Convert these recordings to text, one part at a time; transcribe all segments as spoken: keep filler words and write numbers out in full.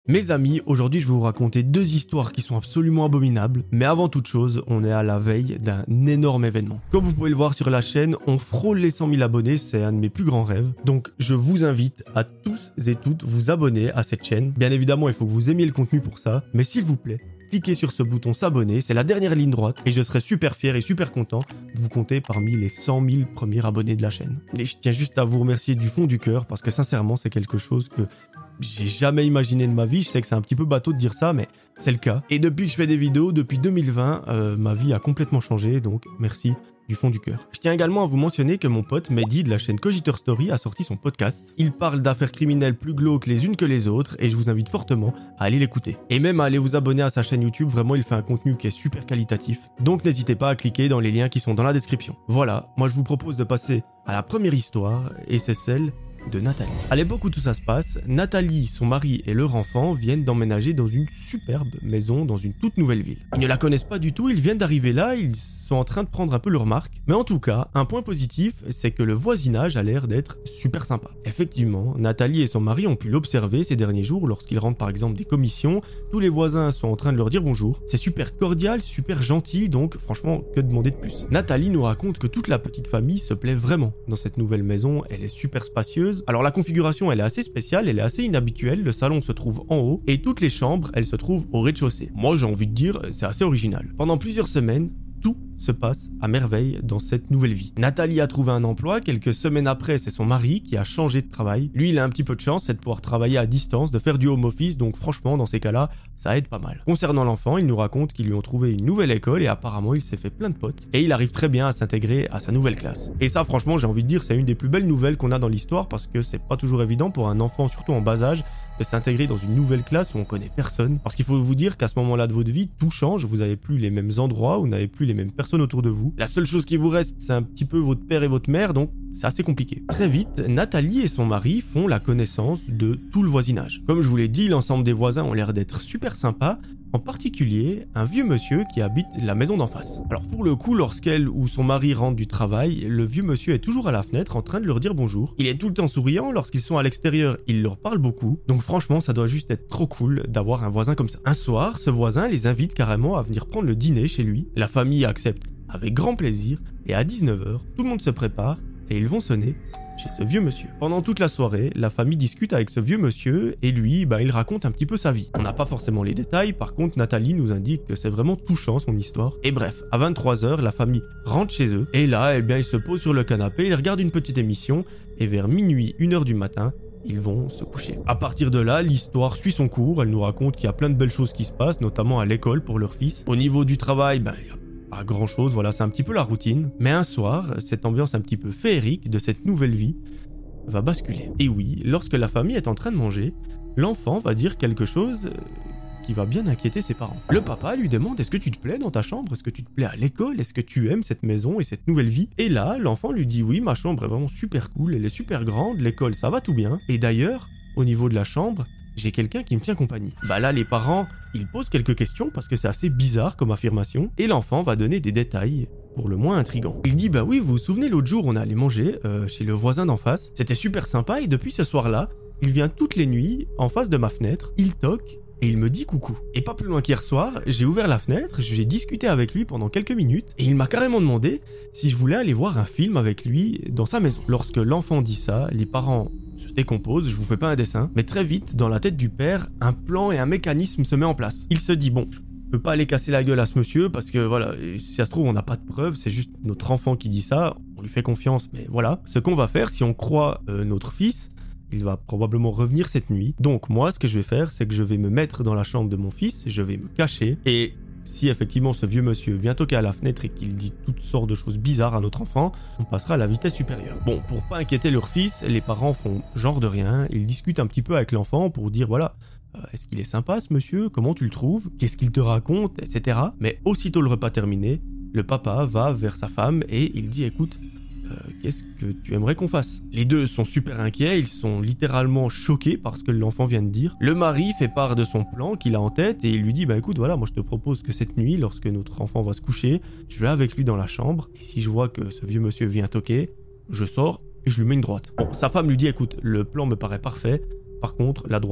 Mes amis, aujourd'hui je vais vous raconter deux histoires qui sont absolument abominables, mais avant toute chose, on est à la veille d'un énorme événement. Comme vous pouvez le voir sur la chaîne, on frôle les cent mille abonnés, c'est un de mes plus grands rêves. Donc je vous invite à tous et toutes vous abonner à cette chaîne. Bien évidemment, il faut que vous aimiez le contenu pour ça, mais s'il vous plaît, cliquez sur ce bouton s'abonner, c'est la dernière ligne droite, et je serai super fier et super content de vous compter parmi les cent mille premiers abonnés de la chaîne. Et je tiens juste à vous remercier du fond du cœur, parce que sincèrement, c'est quelque chose que j'ai jamais imaginé de ma vie. Je sais que c'est un petit peu bateau de dire ça, mais c'est le cas. Et depuis que je fais des vidéos, depuis deux mille vingt, euh, ma vie a complètement changé, donc merci du fond du cœur. Je tiens également à vous mentionner que mon pote Mehdi de la chaîne Cogitor Story a sorti son podcast. Il parle d'affaires criminelles plus glauques les unes que les autres, et je vous invite fortement à aller l'écouter. Et même à aller vous abonner à sa chaîne YouTube, vraiment il fait un contenu qui est super qualitatif. Donc n'hésitez pas à cliquer dans les liens qui sont dans la description. Voilà, moi je vous propose de passer à la première histoire, et c'est celle de Nathalie. À l'époque où tout ça se passe, Nathalie, son mari et leur enfant viennent d'emménager dans une superbe maison dans une toute nouvelle ville. Ils ne la connaissent pas du tout, ils viennent d'arriver là, ils sont en train de prendre un peu leur marque. Mais en tout cas, un point positif, c'est que le voisinage a l'air d'être super sympa. Effectivement, Nathalie et son mari ont pu l'observer ces derniers jours lorsqu'ils rentrent par exemple des commissions. Tous les voisins sont en train de leur dire bonjour. C'est super cordial, super gentil, donc franchement, que demander de plus. Nathalie nous raconte que toute la petite famille se plaît vraiment dans cette nouvelle maison, elle est super spacieuse. Alors la configuration elle est assez spéciale, elle est assez inhabituelle, le salon se trouve en haut et toutes les chambres elles se trouvent au rez-de-chaussée. Moi j'ai envie de dire c'est assez original. Pendant plusieurs semaines, tout se passe à merveille dans cette nouvelle vie. Nathalie a trouvé un emploi, quelques semaines après c'est son mari qui a changé de travail. Lui il a un petit peu de chance, c'est de pouvoir travailler à distance, de faire du home office, donc franchement dans ces cas-là, ça aide pas mal. Concernant l'enfant, il nous raconte qu'ils lui ont trouvé une nouvelle école et apparemment il s'est fait plein de potes. Et il arrive très bien à s'intégrer à sa nouvelle classe. Et ça franchement j'ai envie de dire c'est une des plus belles nouvelles qu'on a dans l'histoire parce que c'est pas toujours évident pour un enfant, surtout en bas âge, de s'intégrer dans une nouvelle classe où on connaît personne. Parce qu'il faut vous dire qu'à ce moment-là de votre vie, tout change, vous n'avez plus les mêmes endroits, vous n'avez plus les mêmes personnes autour de vous. La seule chose qui vous reste, c'est un petit peu votre père et votre mère, donc c'est assez compliqué. Très vite, Nathalie et son mari font la connaissance de tout le voisinage. Comme je vous l'ai dit, l'ensemble des voisins ont l'air d'être super sympas, en particulier un vieux monsieur qui habite la maison d'en face. Alors pour le coup, lorsqu'elle ou son mari rentrent du travail, le vieux monsieur est toujours à la fenêtre en train de leur dire bonjour. Il est tout le temps souriant, lorsqu'ils sont à l'extérieur, il leur parle beaucoup, donc franchement ça doit juste être trop cool d'avoir un voisin comme ça. Un soir, ce voisin les invite carrément à venir prendre le dîner chez lui. La famille accepte avec grand plaisir, et à dix-neuf heures, tout le monde se prépare, et ils vont sonner chez ce vieux monsieur. Pendant toute la soirée, la famille discute avec ce vieux monsieur, et lui, bah, il raconte un petit peu sa vie. On n'a pas forcément les détails, par contre, Nathalie nous indique que c'est vraiment touchant son histoire. Et bref, à vingt-trois heures, la famille rentre chez eux, et là, eh bien, ils se posent sur le canapé, ils regardent une petite émission, et vers minuit, une heure du matin, ils vont se coucher. À partir de là, l'histoire suit son cours, elle nous raconte qu'il y a plein de belles choses qui se passent, notamment à l'école pour leur fils. Au niveau du travail, ben, il y a pas grand chose, voilà, c'est un petit peu la routine. Mais un soir, cette ambiance un petit peu féerique de cette nouvelle vie va basculer. Et oui, lorsque la famille est en train de manger, l'enfant va dire quelque chose qui va bien inquiéter ses parents. Le papa lui demande: est-ce que tu te plais dans ta chambre? Est-ce que tu te plais à l'école? Est-ce que tu aimes cette maison et cette nouvelle vie? Et là, l'enfant lui dit: oui, ma chambre est vraiment super cool, elle est super grande, l'école ça va tout bien. Et d'ailleurs, au niveau de la chambre, j'ai quelqu'un qui me tient compagnie. Bah là, les parents, ils posent quelques questions parce que c'est assez bizarre comme affirmation, et l'enfant va donner des détails pour le moins intrigants. Il dit: bah oui, vous vous souvenez, l'autre jour, on est allé manger euh, chez le voisin d'en face, c'était super sympa, et depuis ce soir-là, il vient toutes les nuits en face de ma fenêtre, il toque, et il me dit coucou. Et pas plus loin qu'hier soir, j'ai ouvert la fenêtre, j'ai discuté avec lui pendant quelques minutes, et il m'a carrément demandé si je voulais aller voir un film avec lui dans sa maison. Lorsque l'enfant dit ça, les parents se décomposent, je vous fais pas un dessin, mais très vite, dans la tête du père, un plan et un mécanisme se met en place. Il se dit: bon, je peux pas aller casser la gueule à ce monsieur, parce que voilà, si ça se trouve, on n'a pas de preuves, c'est juste notre enfant qui dit ça, on lui fait confiance, mais voilà. Ce qu'on va faire, si on croit euh, notre fils, il va probablement revenir cette nuit. Donc moi, ce que je vais faire, c'est que je vais me mettre dans la chambre de mon fils, je vais me cacher, et si effectivement ce vieux monsieur vient toquer à la fenêtre et qu'il dit toutes sortes de choses bizarres à notre enfant, on passera à la vitesse supérieure. Bon, pour pas inquiéter leur fils, les parents font genre de rien, ils discutent un petit peu avec l'enfant pour dire voilà, euh, est-ce qu'il est sympa ce monsieur, comment tu le trouves, qu'est-ce qu'il te raconte, et cetera. Mais aussitôt le repas terminé, le papa va vers sa femme et il dit: écoute, Euh, qu'est-ce que tu aimerais qu'on fasse? Les deux sont super inquiets, ils sont littéralement choqués par ce que l'enfant vient de dire. Le mari fait part de son plan qu'il a en tête et il lui dit: bah écoute, voilà, moi je te propose que cette nuit, lorsque notre enfant va se coucher, je vais avec lui dans la chambre, et si je vois que ce vieux monsieur vient toquer, je sors et je lui mets une droite. Bon, sa femme lui dit: écoute, le plan me paraît parfait, par contre, la droite,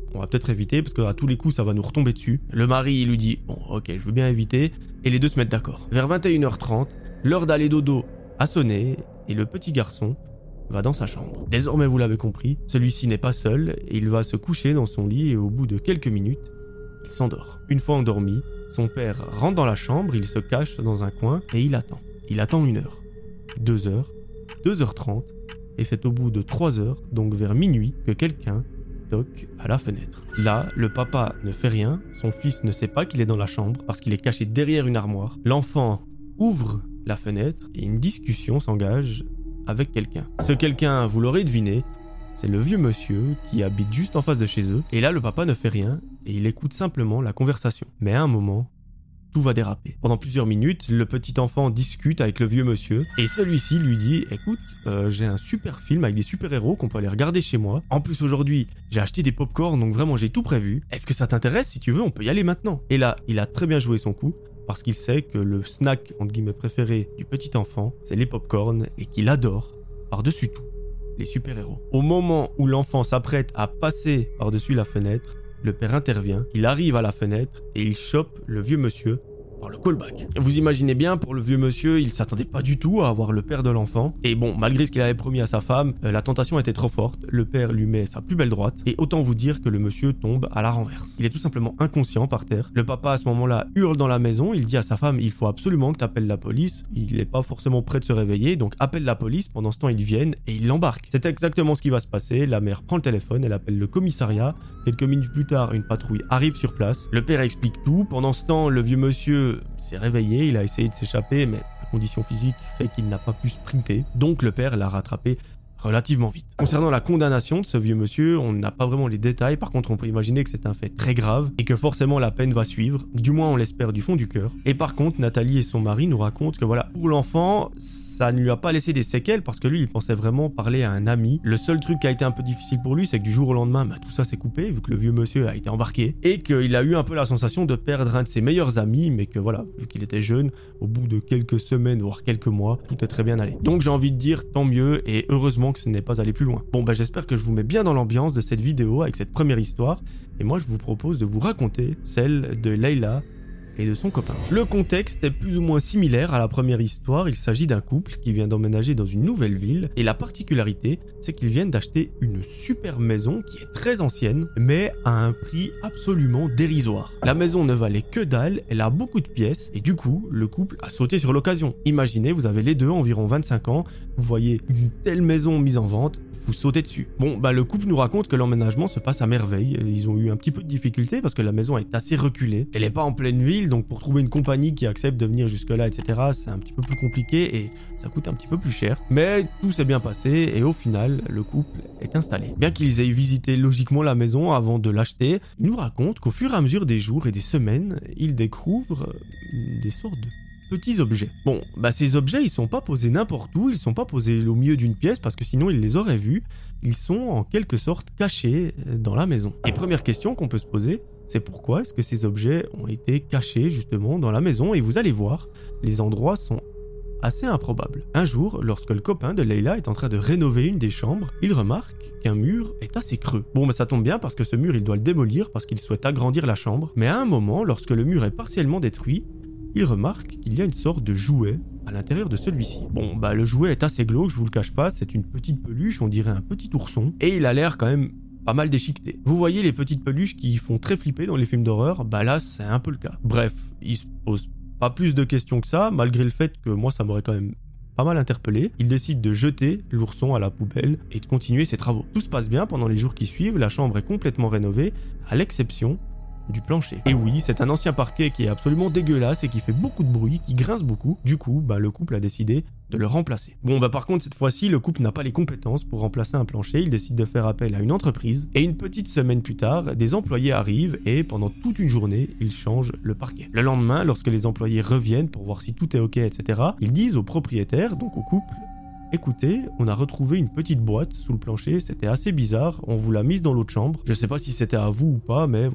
on va peut-être éviter parce qu'à tous les coups ça va nous retomber dessus. Le mari il lui dit bon ok je veux bien éviter et les deux se mettent d'accord. Vers vingt et une heures trente, l'heure d'aller dodo a sonné et le petit garçon va dans sa chambre. Désormais vous l'avez compris, celui-ci n'est pas seul et il va se coucher dans son lit et au bout de quelques minutes, il s'endort. Une fois endormi, son père rentre dans la chambre, il se cache dans un coin et il attend. Il attend une heure, deux heures, deux heures trente et c'est au bout de trois heures, donc vers minuit, que quelqu'un toque à la fenêtre. Là, le papa ne fait rien, son fils ne sait pas qu'il est dans la chambre parce qu'il est caché derrière une armoire. L'enfant ouvre la fenêtre et une discussion s'engage avec quelqu'un. Ce quelqu'un, vous l'aurez deviné, c'est le vieux monsieur qui habite juste en face de chez eux. Et là, le papa ne fait rien et il écoute simplement la conversation. Mais à un moment, tout va déraper. Pendant plusieurs minutes, le petit enfant discute avec le vieux monsieur et celui-ci lui dit « Écoute, euh, j'ai un super film avec des super-héros qu'on peut aller regarder chez moi. En plus, aujourd'hui, j'ai acheté des pop-corn, donc vraiment, j'ai tout prévu. Est-ce que ça t'intéresse? Si tu veux, on peut y aller maintenant. » Et là, il a très bien joué son coup parce qu'il sait que le snack, entre guillemets, préféré du petit enfant, c'est les pop-corn et qu'il adore, par-dessus tout, les super-héros. Au moment où l'enfant s'apprête à passer par-dessus la fenêtre, le père intervient, il arrive à la fenêtre et il chope le vieux monsieur par le callback. Vous imaginez bien, pour le vieux monsieur, il s'attendait pas du tout à avoir le père de l'enfant. Et bon, malgré ce qu'il avait promis à sa femme, euh, la tentation était trop forte. Le père lui met sa plus belle droite. Et autant vous dire que le monsieur tombe à la renverse. Il est tout simplement inconscient par terre. Le papa, à ce moment-là, hurle dans la maison. Il dit à sa femme, il faut absolument que tu appelles la police. Il n'est pas forcément prêt de se réveiller, donc appelle la police. Pendant ce temps, ils viennent et ils l'embarquent. C'est exactement ce qui va se passer. La mère prend le téléphone, elle appelle le commissariat. Quelques minutes plus tard, une patrouille arrive sur place. Le père explique tout. Pendant ce temps, le vieux monsieur s'est réveillé, il a essayé de s'échapper, mais la condition physique fait qu'il n'a pas pu sprinter. Donc le père l'a rattrapé relativement vite. Concernant la condamnation de ce vieux monsieur, on n'a pas vraiment les détails, par contre on peut imaginer que c'est un fait très grave et que forcément la peine va suivre, du moins on l'espère du fond du cœur. Et par contre, Nathalie et son mari nous racontent que voilà, pour l'enfant, ça ne lui a pas laissé des séquelles parce que lui, il pensait vraiment parler à un ami. Le seul truc qui a été un peu difficile pour lui, c'est que du jour au lendemain, bah, tout ça s'est coupé, vu que le vieux monsieur a été embarqué, et qu'il a eu un peu la sensation de perdre un de ses meilleurs amis, mais que voilà, vu qu'il était jeune, au bout de quelques semaines, voire quelques mois, tout est très bien allé. Donc j'ai envie de dire tant mieux, et heureusement que ce n'est pas allé plus loin. Bon bah j'espère que je vous mets bien dans l'ambiance de cette vidéo avec cette première histoire, et moi je vous propose de vous raconter celle de Leila et de son copain. Le contexte est plus ou moins similaire à la première histoire. Il s'agit d'un couple qui vient d'emménager dans une nouvelle ville et la particularité, c'est qu'ils viennent d'acheter une super maison qui est très ancienne mais à un prix absolument dérisoire. La maison ne valait que dalle, elle a beaucoup de pièces et du coup, le couple a sauté sur l'occasion. Imaginez, vous avez les deux environ vingt-cinq ans, vous voyez une telle maison mise en vente, vous sautez dessus. Bon, bah le couple nous raconte que l'emménagement se passe à merveille. Ils ont eu un petit peu de difficulté parce que la maison est assez reculée. Elle n'est pas en pleine ville, donc pour trouver une compagnie qui accepte de venir jusque-là, et cetera, c'est un petit peu plus compliqué et ça coûte un petit peu plus cher. Mais tout s'est bien passé et au final, le couple est installé. Bien qu'ils aient visité logiquement la maison avant de l'acheter, ils nous racontent qu'au fur et à mesure des jours et des semaines, ils découvrent des sortes de petits objets. Bon, bah ces objets, ils sont pas posés n'importe où, ils sont pas posés au milieu d'une pièce parce que sinon ils les auraient vus. Ils sont en quelque sorte cachés dans la maison. Et première question qu'on peut se poser, c'est pourquoi est-ce que ces objets ont été cachés justement dans la maison? Et vous allez voir, les endroits sont assez improbables. Un jour, lorsque le copain de Leila est en train de rénover une des chambres, il remarque qu'un mur est assez creux. Bon, mais ça tombe bien parce que ce mur, il doit le démolir parce qu'il souhaite agrandir la chambre. Mais à un moment, lorsque le mur est partiellement détruit, il remarque qu'il y a une sorte de jouet à l'intérieur de celui-ci. Bon, bah le jouet est assez glauque, je vous le cache pas, c'est une petite peluche, on dirait un petit ourson, et il a l'air quand même pas mal déchiqueté. Vous voyez les petites peluches qui font très flipper dans les films d'horreur, bah là c'est un peu le cas. Bref, il se pose pas plus de questions que ça, malgré le fait que moi ça m'aurait quand même pas mal interpellé. Il décide de jeter l'ourson à la poubelle et de continuer ses travaux. Tout se passe bien pendant les jours qui suivent, la chambre est complètement rénovée, à l'exception du plancher. Et oui, c'est un ancien parquet qui est absolument dégueulasse et qui fait beaucoup de bruit, qui grince beaucoup. Du coup, bah, le couple a décidé de le remplacer. Bon, bah par contre, cette fois-ci, le couple n'a pas les compétences pour remplacer un plancher. Il décide de faire appel à une entreprise. Et une petite semaine plus tard, des employés arrivent et pendant toute une journée, ils changent le parquet. Le lendemain, lorsque les employés reviennent pour voir si tout est ok, et cetera, ils disent au propriétaire, donc au couple, écoutez, on a retrouvé une petite boîte sous le plancher, c'était assez bizarre, on vous l'a mise dans l'autre chambre. Je sais pas si c'était à vous ou pas, mais voilà.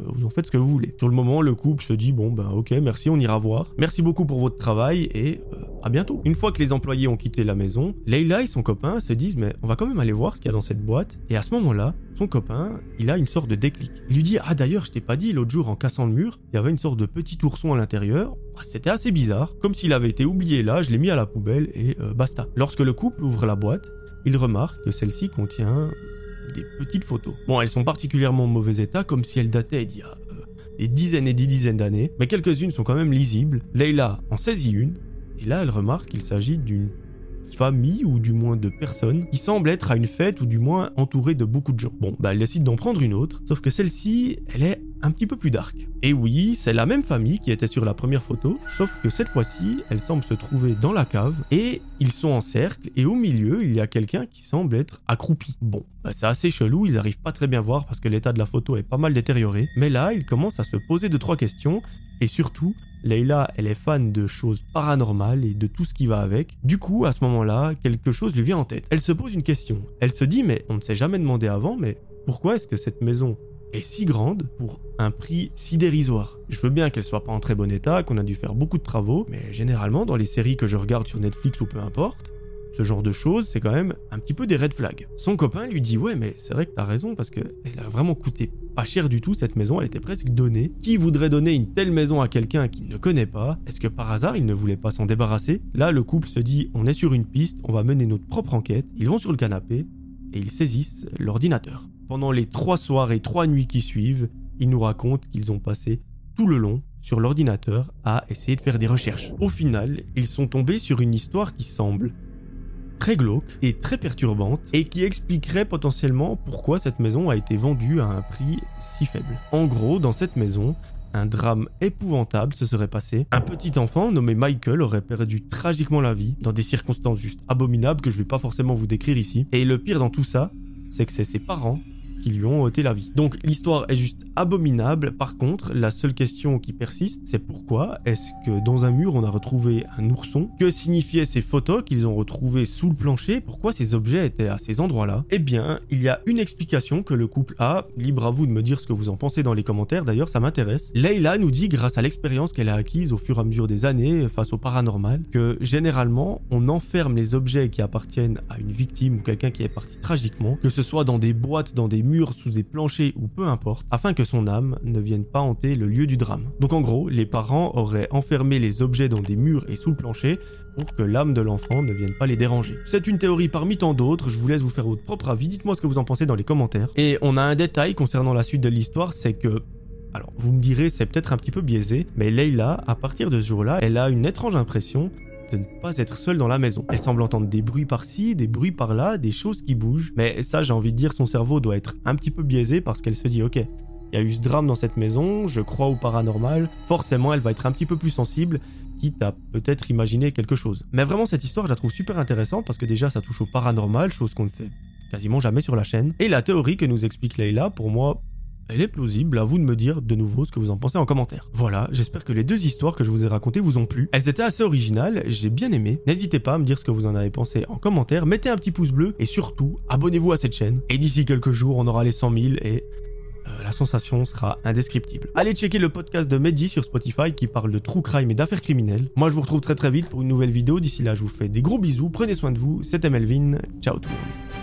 vous en faites ce que vous voulez. Sur le moment, le couple se dit, bon ben ok, merci, on ira voir. Merci beaucoup pour votre travail et euh, à bientôt. Une fois que les employés ont quitté la maison, Leila et son copain se disent, mais on va quand même aller voir ce qu'il y a dans cette boîte. Et à ce moment-là, son copain, il a une sorte de déclic. Il lui dit, ah d'ailleurs, je t'ai pas dit, l'autre jour, en cassant le mur, il y avait une sorte de petit ourson à l'intérieur. C'était assez bizarre, comme s'il avait été oublié là, je l'ai mis à la poubelle et euh, basta. Lorsque le couple ouvre la boîte, il remarque que celle-ci contient des petites photos. Bon, elles sont particulièrement en mauvais état, comme si elles dataient d'il y a euh, des dizaines et des dizaines d'années, mais quelques-unes sont quand même lisibles. Leila en saisit une, et là elle remarque qu'il s'agit d'une famille, ou du moins de personnes, qui semble être à une fête, ou du moins entourée de beaucoup de gens. Bon, bah elle décide d'en prendre une autre, sauf que celle-ci, elle est un petit peu plus dark. Et oui, c'est la même famille qui était sur la première photo, sauf que cette fois-ci, elle semble se trouver dans la cave, et ils sont en cercle, et au milieu, il y a quelqu'un qui semble être accroupi. Bon, bah c'est assez chelou, ils arrivent pas très bien à voir parce que l'état de la photo est pas mal détérioré, mais là, ils commencent à se poser deux trois questions, et surtout, Leila, elle est fan de choses paranormales et de tout ce qui va avec. Du coup, à ce moment-là, quelque chose lui vient en tête. Elle se pose une question. Elle se dit, mais on ne s'est jamais demandé avant, mais pourquoi est-ce que cette maison est si grande pour un prix si dérisoire? Je veux bien qu'elle soit pas en très bon état, qu'on a dû faire beaucoup de travaux, mais généralement, dans les séries que je regarde sur Netflix ou peu importe, ce genre de choses, c'est quand même un petit peu des red flags. Son copain lui dit, ouais, mais c'est vrai que t'as raison, parce que elle a vraiment coûté pas cher du tout, cette maison, elle était presque donnée. Qui voudrait donner une telle maison à quelqu'un qu'il ne connaît pas? Est-ce que par hasard, il ne voulait pas s'en débarrasser? Là, le couple se dit, on est sur une piste, on va mener notre propre enquête. Ils vont sur le canapé et ils saisissent l'ordinateur. Pendant les trois soirs et trois nuits qui suivent, ils nous racontent qu'ils ont passé tout le long sur l'ordinateur à essayer de faire des recherches. Au final, ils sont tombés sur une histoire qui semble très glauque et très perturbante, et qui expliquerait potentiellement pourquoi cette maison a été vendue à un prix si faible. En gros, dans cette maison, un drame épouvantable se serait passé. Un petit enfant nommé Michael aurait perdu tragiquement la vie, dans des circonstances juste abominables que je vais pas forcément vous décrire ici. Et le pire dans tout ça, c'est que c'est ses parents qui lui ont ôté la vie. Donc l'histoire est juste abominable. Par contre, la seule question qui persiste, c'est pourquoi est-ce que dans un mur on a retrouvé un ourson? Que signifiaient ces photos qu'ils ont retrouvées sous le plancher? Pourquoi ces objets étaient à ces endroits-là? Eh bien, il y a une explication que le couple a. Libre à vous de me dire ce que vous en pensez dans les commentaires, d'ailleurs ça m'intéresse. Leila nous dit, grâce à l'expérience qu'elle a acquise au fur et à mesure des années face au paranormal, que généralement on enferme les objets qui appartiennent à une victime ou quelqu'un qui est parti tragiquement, que ce soit dans des boîtes, dans des murs, sous des planchers ou peu importe, afin que son âme ne vienne pas hanter le lieu du drame. Donc en gros, les parents auraient enfermé les objets dans des murs et sous le plancher pour que l'âme de l'enfant ne vienne pas les déranger. C'est une théorie parmi tant d'autres, je vous laisse vous faire votre propre avis, dites-moi ce que vous en pensez dans les commentaires. Et on a un détail concernant la suite de l'histoire, c'est que, alors vous me direz c'est peut-être un petit peu biaisé, mais Leila, à partir de ce jour-là, elle a une étrange impression de ne pas être seule dans la maison. Elle semble entendre des bruits par-ci, des bruits par-là, des choses qui bougent, mais ça j'ai envie de dire son cerveau doit être un petit peu biaisé parce qu'elle se dit ok, il y a eu ce drame dans cette maison, je crois au paranormal, forcément elle va être un petit peu plus sensible, quitte à peut-être imaginer quelque chose. Mais vraiment cette histoire je la trouve super intéressante parce que déjà ça touche au paranormal, chose qu'on ne fait quasiment jamais sur la chaîne, et la théorie que nous explique Leila, pour moi, elle est plausible, à vous de me dire de nouveau ce que vous en pensez en commentaire. Voilà, j'espère que les deux histoires que je vous ai racontées vous ont plu. Elles étaient assez originales, j'ai bien aimé. N'hésitez pas à me dire ce que vous en avez pensé en commentaire, mettez un petit pouce bleu et surtout, abonnez-vous à cette chaîne. Et d'ici quelques jours, on aura les cent mille et euh, la sensation sera indescriptible. Allez checker le podcast de Mehdi sur Spotify qui parle de true crime et d'affaires criminelles. Moi, je vous retrouve très très vite pour une nouvelle vidéo. D'ici là, je vous fais des gros bisous, prenez soin de vous, c'était Melvin, ciao tout le monde.